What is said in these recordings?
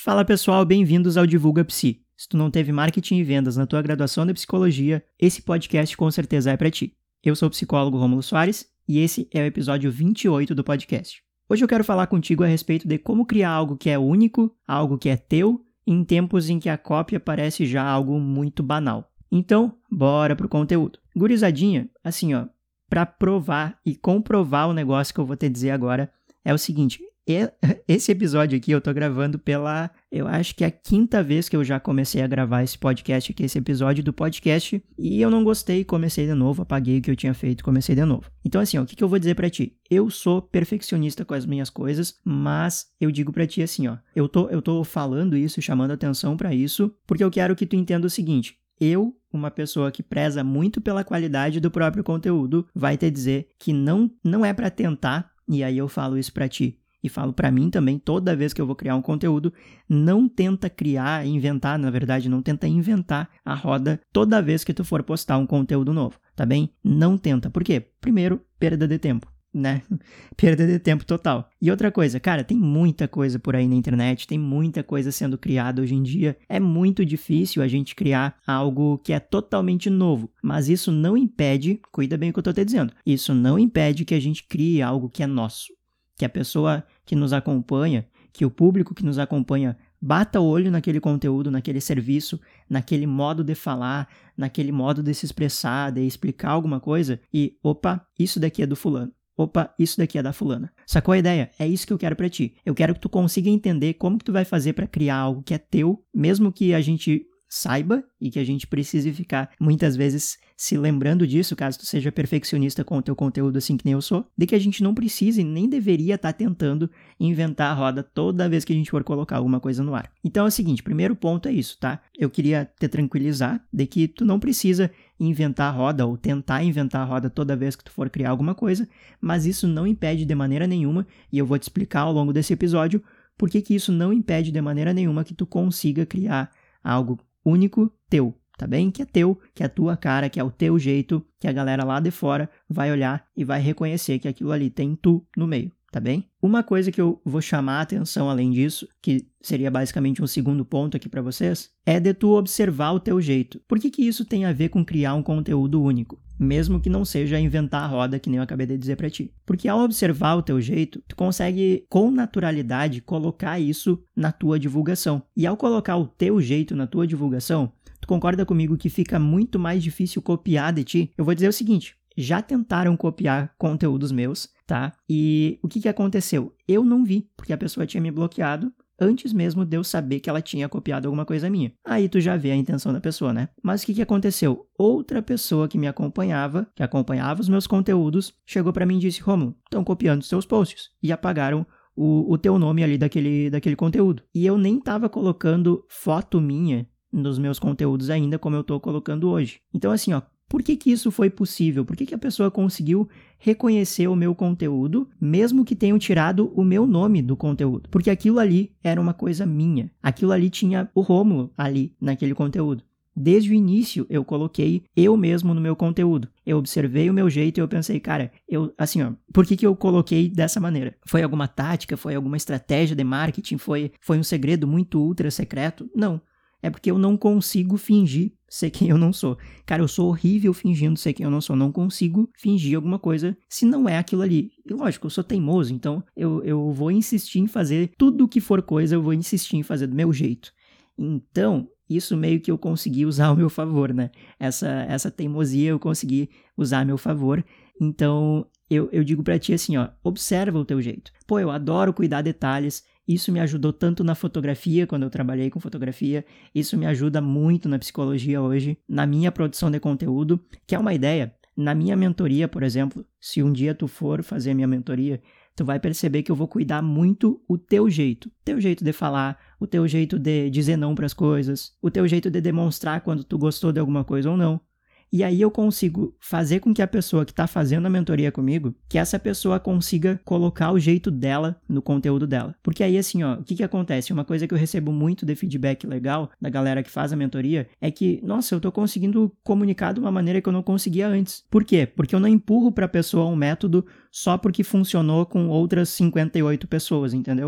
Fala pessoal, bem-vindos ao Divulga Psi. Se tu não teve marketing e vendas na tua graduação de psicologia, esse podcast com certeza é pra ti. Eu sou o psicólogo Rômulo Soares e esse é o episódio 28 do podcast. Hoje eu quero falar contigo a respeito de como criar algo que é único, algo que é teu, em tempos em que a cópia parece já algo muito banal. Então, bora pro conteúdo. Gurizadinha, assim ó, pra provar e comprovar o negócio que eu vou te dizer agora, é o seguinte, esse episódio aqui eu tô gravando eu acho que é a 5ª vez que eu já comecei a gravar esse podcast aqui, esse episódio do podcast, e eu não gostei, comecei de novo, apaguei o que eu tinha feito, comecei de novo. Então assim, ó, o que eu vou dizer pra ti? Eu sou perfeccionista com as minhas coisas, mas eu digo pra ti assim, ó, eu tô falando isso, chamando atenção pra isso, porque eu quero que tu entenda o seguinte, uma pessoa que preza muito pela qualidade do próprio conteúdo, vai te dizer que não é pra tentar, e aí eu falo isso pra ti. E falo pra mim também, toda vez que eu vou criar um conteúdo, não tenta não tenta inventar a roda toda vez que tu for postar um conteúdo novo, tá bem? Não tenta. Por quê? Primeiro, perda de tempo, né? Perda de tempo total. E outra coisa, cara, tem muita coisa por aí na internet, tem muita coisa sendo criada hoje em dia. É muito difícil a gente criar algo que é totalmente novo, mas isso não impede, cuida bem o que eu tô te dizendo, isso não impede que a gente crie algo que é nosso. Que a pessoa que nos acompanha, que o público que nos acompanha bata o olho naquele conteúdo, naquele serviço, naquele modo de falar, naquele modo de se expressar, de explicar alguma coisa e, opa, isso daqui é do fulano. Opa, isso daqui é da fulana. Sacou a ideia? É isso que eu quero pra ti. Eu quero que tu consiga entender como que tu vai fazer pra criar algo que é teu, mesmo que a gente saiba e que a gente precise ficar muitas vezes se lembrando disso, caso tu seja perfeccionista com o teu conteúdo assim que nem eu sou, de que a gente não precise nem deveria estar tentando inventar a roda toda vez que a gente for colocar alguma coisa no ar. Então é o seguinte, primeiro ponto é isso, tá? Eu queria te tranquilizar de que tu não precisa inventar a roda ou tentar inventar a roda toda vez que tu for criar alguma coisa, mas isso não impede de maneira nenhuma, e eu vou te explicar ao longo desse episódio por que isso não impede de maneira nenhuma que tu consiga criar algo único teu, tá bem? Que é teu, que é a tua cara, que é o teu jeito, que a galera lá de fora vai olhar e vai reconhecer que aquilo ali tem tu no meio, tá bem? Uma coisa que eu vou chamar a atenção além disso, que seria basicamente um segundo ponto aqui pra vocês, é de tu observar o teu jeito. Por que isso tem a ver com criar um conteúdo único? Mesmo que não seja inventar a roda, que nem eu acabei de dizer pra ti. Porque ao observar o teu jeito, tu consegue, com naturalidade, colocar isso na tua divulgação. E ao colocar o teu jeito na tua divulgação, tu concorda comigo que fica muito mais difícil copiar de ti? Eu vou dizer o seguinte, já tentaram copiar conteúdos meus, tá? E o que aconteceu? Eu não vi, porque a pessoa tinha me bloqueado antes mesmo de eu saber que ela tinha copiado alguma coisa minha. Aí tu já vê a intenção da pessoa, né? Mas o que aconteceu? Outra pessoa que me acompanhava, que acompanhava os meus conteúdos, chegou pra mim e disse, Rômulo, estão copiando os teus posts. E apagaram o teu nome ali daquele conteúdo. E eu nem tava colocando foto minha nos meus conteúdos ainda, como eu tô colocando hoje. Então assim, ó, por que isso foi possível? Por que a pessoa conseguiu reconhecer o meu conteúdo, mesmo que tenham tirado o meu nome do conteúdo? Porque aquilo ali era uma coisa minha. Aquilo ali tinha o Rômulo ali naquele conteúdo. Desde o início eu coloquei eu mesmo no meu conteúdo. Eu observei o meu jeito e eu pensei, cara, por que eu coloquei dessa maneira? Foi alguma tática? Foi alguma estratégia de marketing? Foi um segredo muito ultra secreto? Não. É porque eu não consigo fingir ser quem eu não sou. Cara, eu sou horrível fingindo ser quem eu não sou. Não consigo fingir alguma coisa se não é aquilo ali. E lógico, eu sou teimoso, então eu vou insistir em fazer tudo que for coisa, eu vou insistir em fazer do meu jeito. Então, isso meio que eu consegui usar ao meu favor, né? Essa teimosia eu consegui usar a meu favor. Então, eu digo pra ti assim, ó, observa o teu jeito. Pô, eu adoro cuidar de detalhes. Isso me ajudou tanto na fotografia, quando eu trabalhei com fotografia. Isso me ajuda muito na psicologia hoje, na minha produção de conteúdo. Quer uma ideia? Na minha mentoria, por exemplo, se um dia tu for fazer a minha mentoria, tu vai perceber que eu vou cuidar muito o teu jeito. O teu jeito de falar, o teu jeito de dizer não para as coisas, o teu jeito de demonstrar quando tu gostou de alguma coisa ou não. E aí eu consigo fazer com que a pessoa que está fazendo a mentoria comigo, que essa pessoa consiga colocar o jeito dela no conteúdo dela. Porque aí assim, ó, o que acontece? Uma coisa que eu recebo muito de feedback legal da galera que faz a mentoria é que, nossa, eu tô conseguindo comunicar de uma maneira que eu não conseguia antes. Por quê? Porque eu não empurro para a pessoa um método só porque funcionou com outras 58 pessoas, entendeu?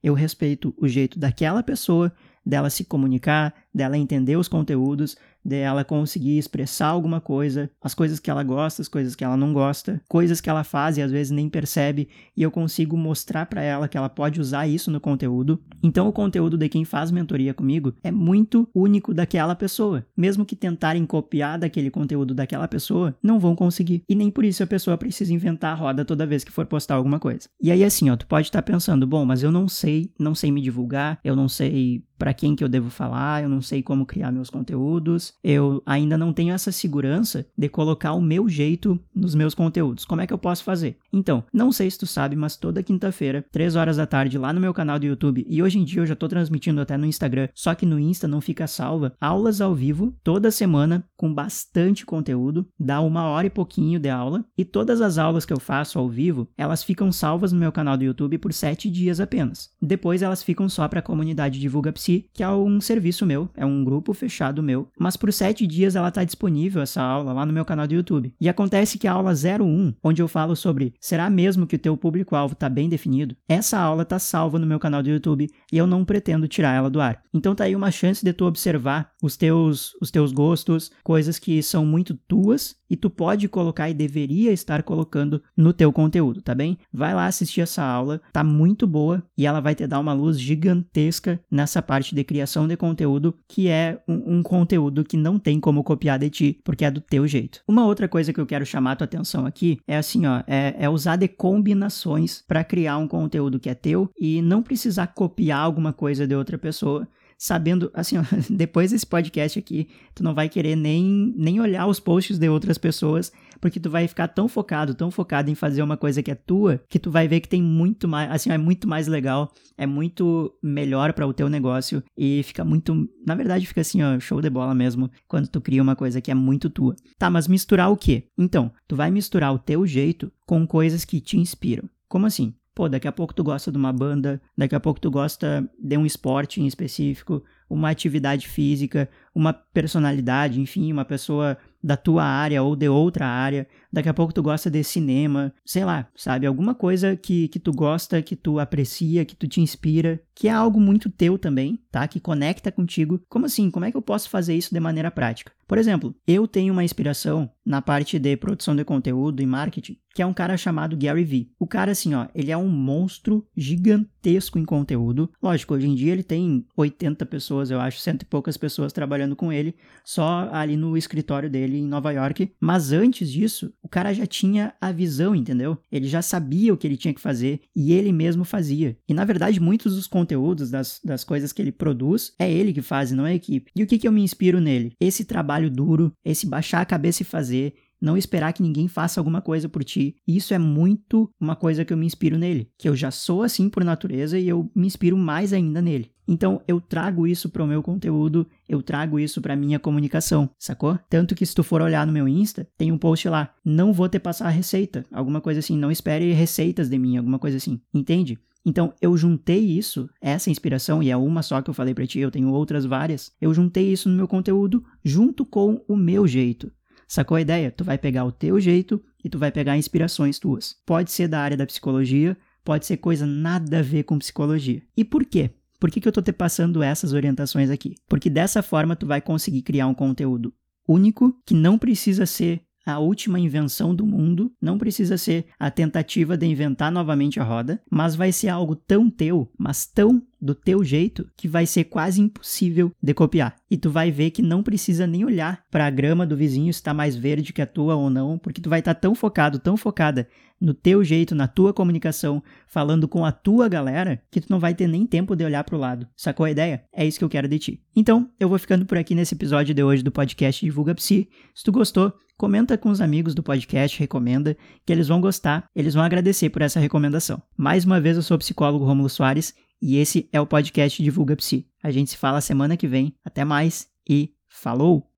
eu respeito o jeito daquela pessoa, dela se comunicar, dela entender os conteúdos, dela conseguir expressar alguma coisa, as coisas que ela gosta, as coisas que ela não gosta, coisas que ela faz e às vezes nem percebe, e eu consigo mostrar para ela que ela pode usar isso no conteúdo. Então o conteúdo de quem faz mentoria comigo é muito único daquela pessoa. Mesmo que tentarem copiar daquele conteúdo daquela pessoa, não vão conseguir. E nem por isso a pessoa precisa inventar a roda toda vez que for postar alguma coisa. E aí assim, tu pode estar pensando, bom, mas eu não sei me divulgar, eu não sei para quem que eu devo falar, eu não sei como criar meus conteúdos, eu ainda não tenho essa segurança de colocar o meu jeito nos meus conteúdos. Como é que eu posso fazer? Então, não sei se tu sabe, mas toda quinta-feira, 3 horas da tarde, lá no meu canal do YouTube, e hoje em dia eu já tô transmitindo até no Instagram, só que no Insta não fica salva, aulas ao vivo, toda semana, com bastante conteúdo, dá 1 hora e pouquinho de aula, e todas as aulas que eu faço ao vivo, elas ficam salvas no meu canal do YouTube por 7 dias apenas. Depois elas ficam só para a comunidade Divulga Psi, que é um serviço meu, é um grupo fechado meu, mas por 7 dias ela está disponível, essa aula, lá no meu canal do YouTube. E acontece que a aula 01, onde eu falo sobre será mesmo que o teu público-alvo está bem definido, essa aula está salva no meu canal do YouTube e eu não pretendo tirar ela do ar. Então tá aí uma chance de tu observar os teus gostos, coisas que são muito tuas e tu pode colocar e deveria estar colocando no teu conteúdo, tá bem? Vai lá assistir essa aula, tá muito boa e ela vai te dar uma luz gigantesca nessa parte de criação de conteúdo, que é um conteúdo que não tem como copiar de ti, porque é do teu jeito. Uma outra coisa que eu quero chamar a tua atenção aqui é assim, é usar de combinações para criar um conteúdo que é teu e não precisar copiar alguma coisa de outra pessoa, sabendo, assim, depois desse podcast aqui, tu não vai querer nem olhar os posts de outras pessoas, porque tu vai ficar tão focado em fazer uma coisa que é tua, que tu vai ver que tem muito mais, assim, é muito mais legal, é muito melhor para o teu negócio e fica muito, na verdade fica assim, show de bola mesmo, quando tu cria uma coisa que é muito tua. Tá, mas misturar o quê? Então, tu vai misturar o teu jeito com coisas que te inspiram. Como assim? Pô, daqui a pouco tu gosta de uma banda, daqui a pouco tu gosta de um esporte em específico, uma atividade física, uma personalidade, enfim, uma pessoa da tua área ou de outra área, daqui a pouco tu gosta de cinema, sei lá, sabe? Alguma coisa que tu gosta, que tu aprecia, que tu te inspira, que é algo muito teu também, tá? Que conecta contigo. Como assim? Como é que eu posso fazer isso de maneira prática? Por exemplo, eu tenho uma inspiração na parte de produção de conteúdo e marketing, que é um cara chamado Gary Vee. O cara, assim, ele é um monstro gigantesco em conteúdo. Lógico, hoje em dia ele tem 80 pessoas, eu acho, 100 e poucas pessoas trabalhando com ele, só ali no escritório dele em Nova York. Mas antes disso, o cara já tinha a visão, entendeu? Ele já sabia o que ele tinha que fazer e ele mesmo fazia. E, na verdade, muitos dos conteúdos, das coisas que ele produz, é ele que faz, não é a equipe. E o que eu me inspiro nele? Esse trabalho duro, esse baixar a cabeça e fazer, não esperar que ninguém faça alguma coisa por ti. Isso é muito uma coisa que eu me inspiro nele, que eu já sou assim por natureza e eu me inspiro mais ainda nele. Então, eu trago isso para o meu conteúdo, eu trago isso para a minha comunicação, sacou? Tanto que se tu for olhar no meu Insta, tem um post lá, não vou te passar receita, alguma coisa assim, não espere receitas de mim, alguma coisa assim, entende? Então, eu juntei isso, essa inspiração, e é uma só que eu falei pra ti, eu tenho outras várias, eu juntei isso no meu conteúdo junto com o meu jeito. Sacou a ideia? Tu vai pegar o teu jeito e tu vai pegar inspirações tuas. Pode ser da área da psicologia, pode ser coisa nada a ver com psicologia. E por quê? Por que eu tô te passando essas orientações aqui? Porque dessa forma tu vai conseguir criar um conteúdo único, que não precisa ser a última invenção do mundo, não precisa ser a tentativa de inventar novamente a roda, mas vai ser algo tão teu, mas tão do teu jeito, que vai ser quase impossível de copiar. E tu vai ver que não precisa nem olhar para a grama do vizinho se está mais verde que a tua ou não, porque tu vai estar tão focado, tão focada no teu jeito, na tua comunicação, falando com a tua galera, que tu não vai ter nem tempo de olhar pro lado. Sacou a ideia? É isso que eu quero de ti. Então, eu vou ficando por aqui nesse episódio de hoje do podcast Divulga Psi. Se tu gostou, comenta com os amigos do podcast, recomenda, que eles vão gostar, eles vão agradecer por essa recomendação. Mais uma vez, eu sou o psicólogo Rômulo Soares, e esse é o podcast Divulga Psi. A gente se fala semana que vem. Até mais e falou!